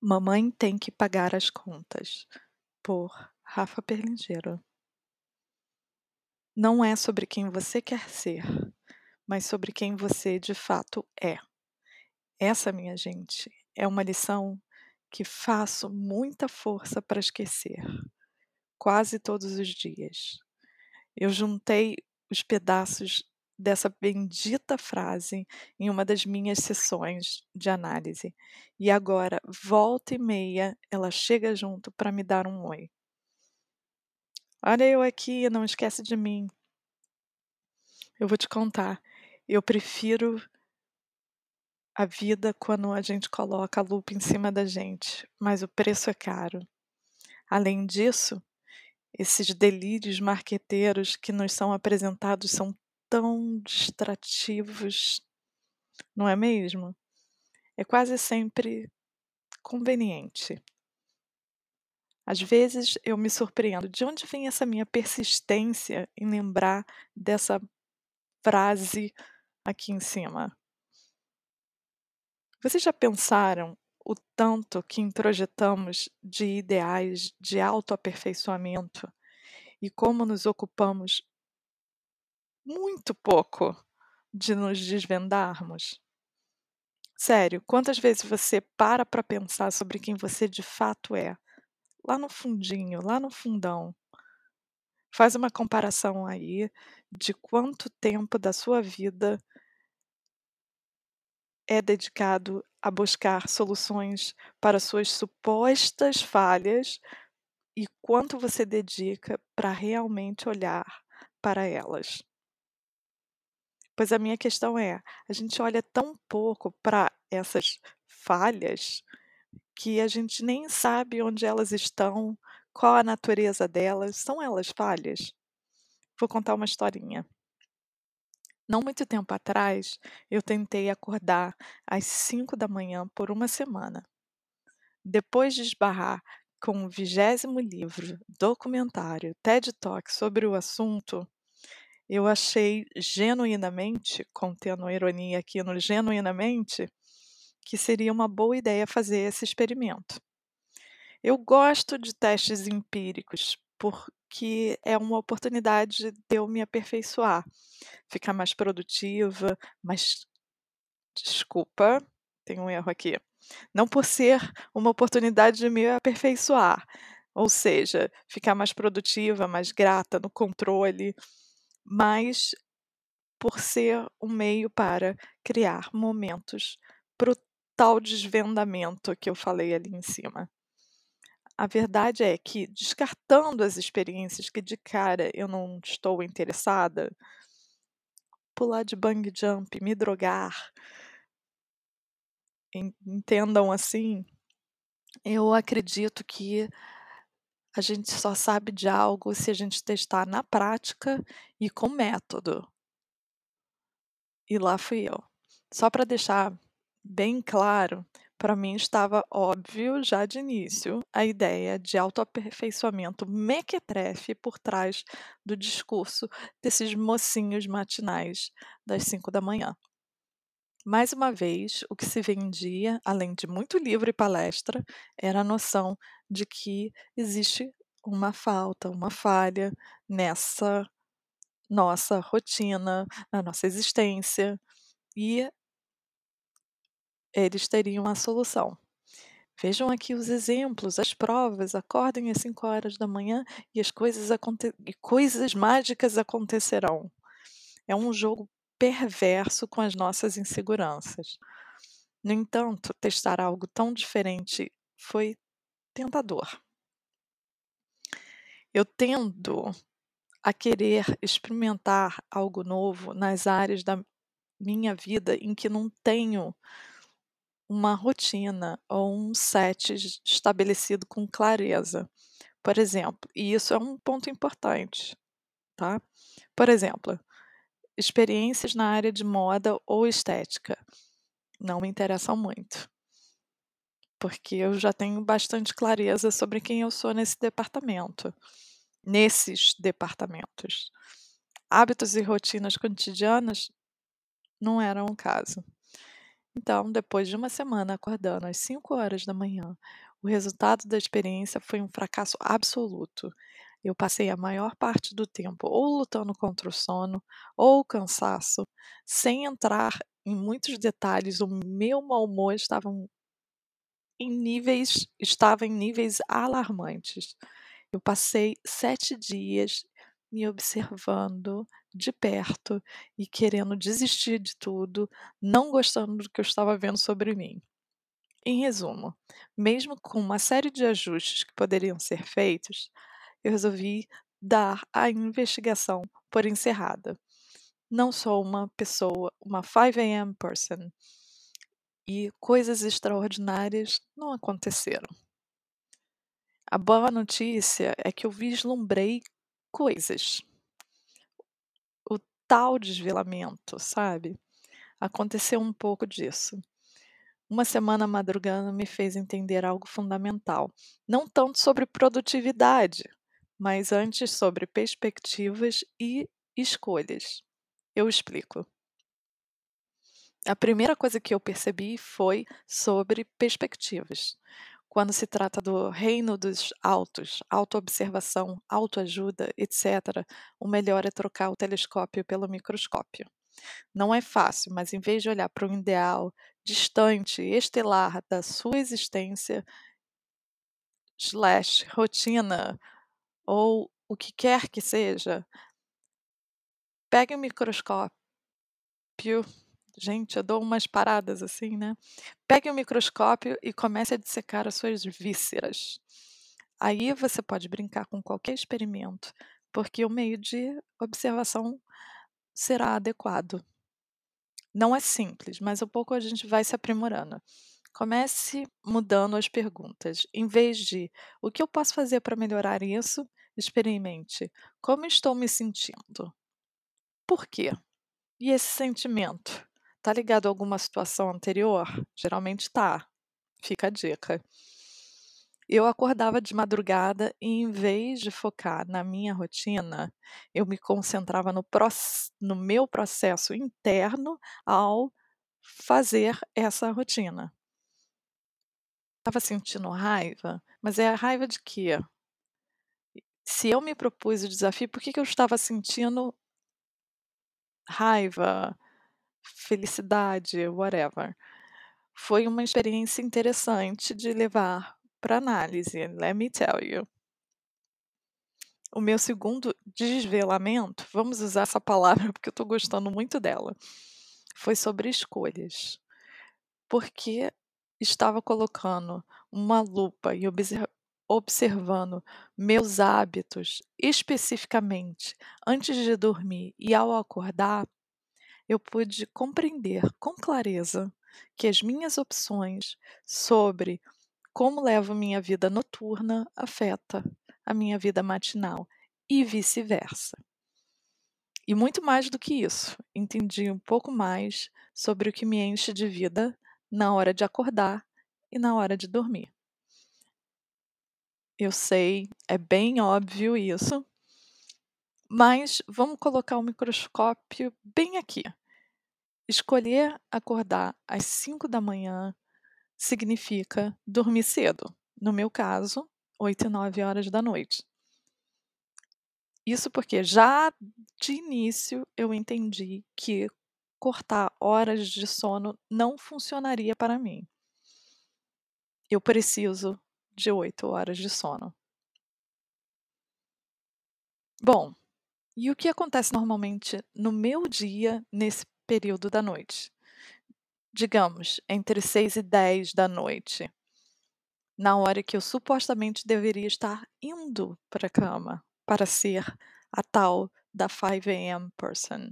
Mamãe tem que pagar as contas, por Rafa Perlingeiro. Não é sobre quem você quer ser, mas sobre quem você de fato é. Essa, minha gente, é uma lição que faço muita força para esquecer, quase todos os dias. Eu juntei os pedaços dessa bendita frase em uma das minhas sessões de análise, e agora, volta e meia, ela chega junto para me dar um oi. Olha eu aqui, não esquece de mim. Eu vou te contar, eu prefiro a vida quando a gente coloca a lupa em cima da gente, mas o preço é caro. Além disso, esses delírios marqueteiros que nos são apresentados são tão distrativos, não é mesmo? É quase sempre conveniente. Às vezes eu me surpreendo, de onde vem essa minha persistência em lembrar dessa frase aqui em cima? Vocês já pensaram o tanto que introjetamos de ideais de autoaperfeiçoamento e como nos ocupamos muito pouco de nos desvendarmos? Sério, quantas vezes você para pensar sobre quem você de fato é, lá no fundinho, lá no fundão? Faz uma comparação aí de quanto tempo da sua vida é dedicado a buscar soluções para suas supostas falhas e quanto você dedica para realmente olhar para elas. Pois a minha questão é, a gente olha tão pouco para essas falhas que a gente nem sabe onde elas estão, qual a natureza delas. São elas falhas? Vou contar uma historinha. Não muito tempo atrás, eu tentei acordar às 5 da manhã por uma semana. Depois de esbarrar com o 20º livro, documentário, TED Talk sobre o assunto, eu achei genuinamente, contendo ironia aqui no genuinamente, que seria uma boa ideia fazer esse experimento. Eu gosto de testes empíricos, porque é uma oportunidade de eu me aperfeiçoar, ficar mais produtiva, mas desculpa, tem um erro aqui. Não por ser uma oportunidade de me aperfeiçoar, ou seja, ficar mais produtiva, mais grata, no controle, mas por ser um meio para criar momentos para o tal desvendamento que eu falei ali em cima. A verdade é que, descartando as experiências que de cara eu não estou interessada, pular de bungee jump, me drogar, entendam assim, eu acredito que a gente só sabe de algo se a gente testar na prática e com método. E lá fui eu. Só para deixar bem claro, para mim estava óbvio já de início a ideia de autoaperfeiçoamento mequetrefe por trás do discurso desses mocinhos matinais das 5 da manhã. Mais uma vez, o que se vendia, além de muito livro e palestra, era a noção de que existe uma falta, uma falha nessa nossa rotina, na nossa existência, e eles teriam a solução. Vejam aqui os exemplos, as provas, acordem às 5 horas da manhã e as coisas mágicas acontecerão. É um jogo perverso com as nossas inseguranças. No entanto, testar algo tão diferente foi tentador. Eu tendo a querer experimentar algo novo nas áreas da minha vida em que não tenho uma rotina ou um set estabelecido com clareza. Por exemplo, e isso é um ponto importante, tá? Por exemplo, experiências na área de moda ou estética não me interessam muito, porque eu já tenho bastante clareza sobre quem eu sou nesses departamentos. Hábitos e rotinas cotidianas não eram o caso. Então, depois de uma semana acordando às 5 horas da manhã, o resultado da experiência foi um fracasso absoluto. Eu passei a maior parte do tempo ou lutando contra o sono ou o cansaço, sem entrar em muitos detalhes, o meu mau humor estava em níveis alarmantes. Eu passei 7 dias me observando de perto e querendo desistir de tudo, não gostando do que eu estava vendo sobre mim. Em resumo, mesmo com uma série de ajustes que poderiam ser feitos, eu resolvi dar a investigação por encerrada. Não sou uma pessoa, uma 5 a.m. person, e coisas extraordinárias não aconteceram. A boa notícia é que eu vislumbrei coisas. O tal desvelamento, sabe? Aconteceu um pouco disso. Uma semana madrugando me fez entender algo fundamental, não tanto sobre produtividade, mas antes sobre perspectivas e escolhas. Eu explico. A primeira coisa que eu percebi foi sobre perspectivas. Quando se trata do reino dos autos, autoobservação, autoajuda, etc., o melhor é trocar o telescópio pelo microscópio. Não é fácil, mas em vez de olhar para um ideal distante, estelar da sua existência, slash, rotina, ou o que quer que seja, pegue o microscópio. Gente, eu dou umas paradas assim, né? Pegue o microscópio e comece a dissecar as suas vísceras. Aí você pode brincar com qualquer experimento, porque o meio de observação será adequado. Não é simples, mas um pouco a gente vai se aprimorando. Comece mudando as perguntas. Em vez de o que eu posso fazer para melhorar isso, experimente como estou me sentindo. Por quê? E esse sentimento? Tá ligado a alguma situação anterior? Geralmente tá. Fica a dica. Eu acordava de madrugada e, em vez de focar na minha rotina, eu me concentrava no meu processo interno ao fazer essa rotina. Estava sentindo raiva, mas é a raiva de quê? Se eu me propus o desafio, por que que eu estava sentindo raiva, felicidade, whatever? Foi uma experiência interessante de levar para análise, let me tell you. O meu segundo desvelamento, vamos usar essa palavra porque eu estou gostando muito dela, foi sobre escolhas. Porque estava colocando uma lupa e observando meus hábitos especificamente antes de dormir e ao acordar, eu pude compreender com clareza que as minhas opções sobre como levo minha vida noturna afeta a minha vida matinal e vice-versa. E muito mais do que isso, entendi um pouco mais sobre o que me enche de vida na hora de acordar e na hora de dormir. Eu sei, é bem óbvio isso, mas vamos colocar o microscópio bem aqui. Escolher acordar às 5 da manhã significa dormir cedo. No meu caso, 8 e 9 horas da noite. Isso porque já de início eu entendi que cortar horas de sono não funcionaria para mim. Eu preciso de 8 horas de sono. Bom, e o que acontece normalmente no meu dia nesse período da noite? Digamos, entre 6 e 10 da noite, na hora que eu supostamente deveria estar indo para a cama para ser a tal da 5 a.m. person.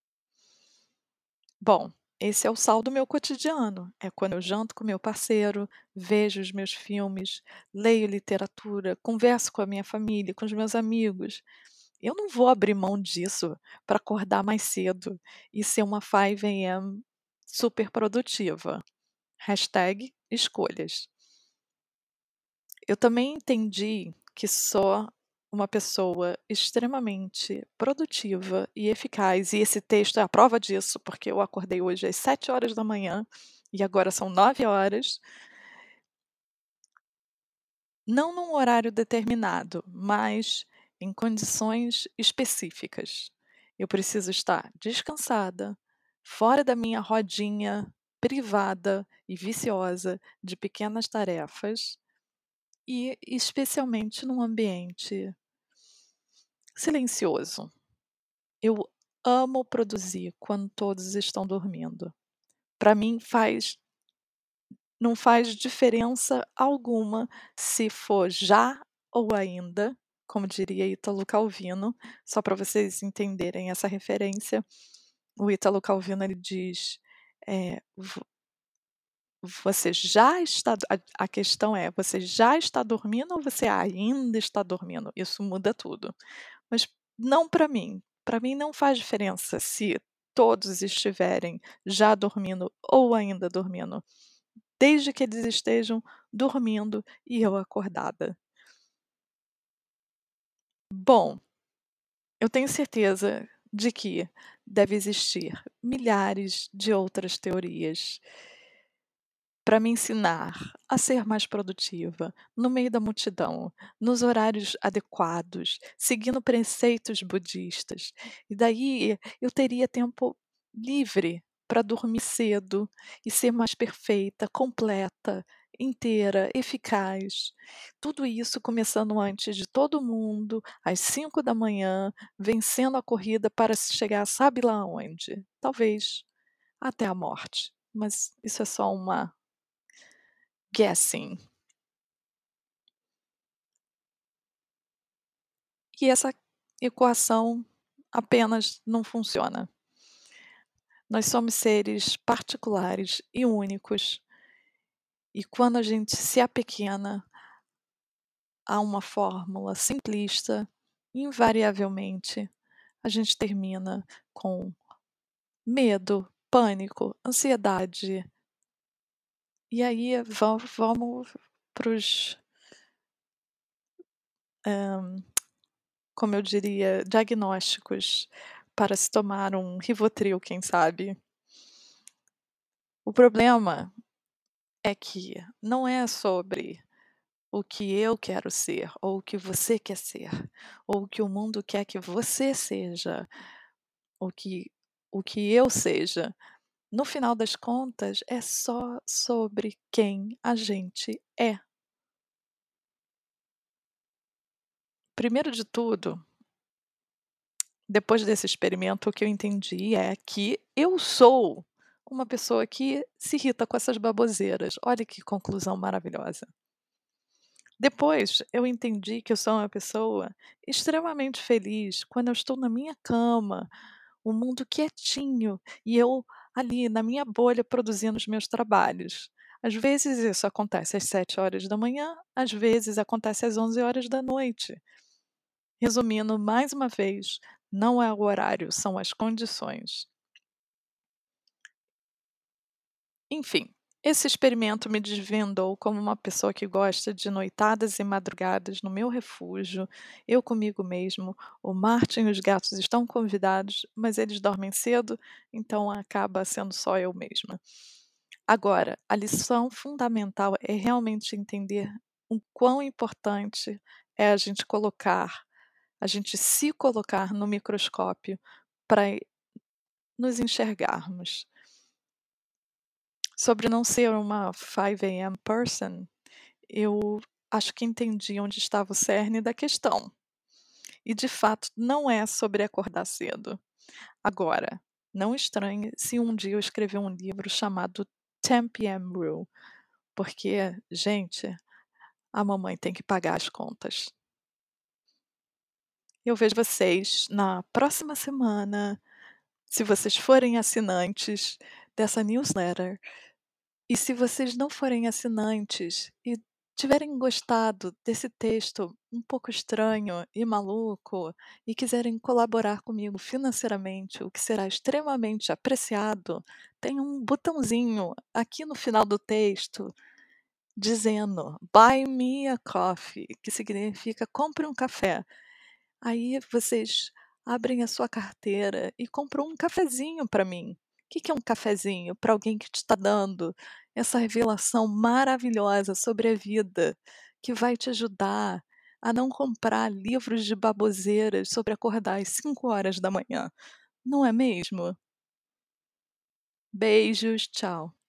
Bom, esse é o sal do meu cotidiano. É quando eu janto com meu parceiro, vejo os meus filmes, leio literatura, converso com a minha família, com os meus amigos. Eu não vou abrir mão disso para acordar mais cedo e ser uma 5 a.m. super produtiva. Hashtag escolhas. Eu também entendi que sou uma pessoa extremamente produtiva e eficaz, e esse texto é a prova disso, porque eu acordei hoje às 7 horas da manhã e agora são 9 horas. Não num horário determinado, mas em condições específicas. Eu preciso estar descansada, fora da minha rodinha privada e viciosa de pequenas tarefas e especialmente num ambiente silencioso. Eu amo produzir quando todos estão dormindo. Para mim não faz diferença alguma se for já ou ainda, como diria Ítalo Calvino, só para vocês entenderem essa referência. O Ítalo Calvino ele diz, você já está a questão é: você já está dormindo ou você ainda está dormindo? Isso muda tudo. Mas não para mim. Para mim não faz diferença se todos estiverem já dormindo ou ainda dormindo, desde que eles estejam dormindo e eu acordada. Bom, eu tenho certeza de que deve existir milhares de outras teorias para me ensinar a ser mais produtiva, no meio da multidão, nos horários adequados, seguindo preceitos budistas. E daí eu teria tempo livre para dormir cedo e ser mais perfeita, completa, inteira, eficaz. Tudo isso começando antes de todo mundo, às 5 da manhã, vencendo a corrida para se chegar sabe lá onde? Talvez até a morte. Mas isso é só uma guessing. E essa equação apenas não funciona. Nós somos seres particulares e únicos, e quando a gente se apequena a uma fórmula simplista, invariavelmente a gente termina com medo, pânico, ansiedade. E aí vamos para os, como eu diria, diagnósticos para se tomar um Rivotril, quem sabe. O problema é que não é sobre o que eu quero ser, ou o que você quer ser, ou o que o mundo quer que você seja, ou o que eu seja. No final das contas, é só sobre quem a gente é. Primeiro de tudo, depois desse experimento, o que eu entendi é que eu sou uma pessoa que se irrita com essas baboseiras. Olha que conclusão maravilhosa. Depois eu entendi que eu sou uma pessoa extremamente feliz quando eu estou na minha cama, o mundo quietinho e eu ali na minha bolha produzindo os meus trabalhos. Às vezes isso acontece às 7 horas da manhã, às vezes acontece às 11 horas da noite. Resumindo mais uma vez, não é o horário, são as condições. Enfim, esse experimento me desvendou como uma pessoa que gosta de noitadas e madrugadas no meu refúgio, eu comigo mesmo. O Martin e os gatos estão convidados, mas eles dormem cedo, então acaba sendo só eu mesma. Agora, a lição fundamental é realmente entender o quão importante é a gente se colocar no microscópio para nos enxergarmos. Sobre não ser uma 5 a.m. person, eu acho que entendi onde estava o cerne da questão. E de fato não é sobre acordar cedo. Agora, não estranhe se um dia eu escrever um livro chamado 10 p.m. Rule, porque, gente, a mamãe tem que pagar as contas. Eu vejo vocês na próxima semana, se vocês forem assinantes dessa newsletter. E se vocês não forem assinantes e tiverem gostado desse texto um pouco estranho e maluco e quiserem colaborar comigo financeiramente, o que será extremamente apreciado, tem um botãozinho aqui no final do texto dizendo Buy me a coffee, que significa compre um café. Aí vocês abrem a sua carteira e compram um cafezinho para mim, Que é um cafezinho para alguém que te está dando essa revelação maravilhosa sobre a vida, que vai te ajudar a não comprar livros de baboseiras sobre acordar às 5 horas da manhã, não é mesmo? Beijos, tchau.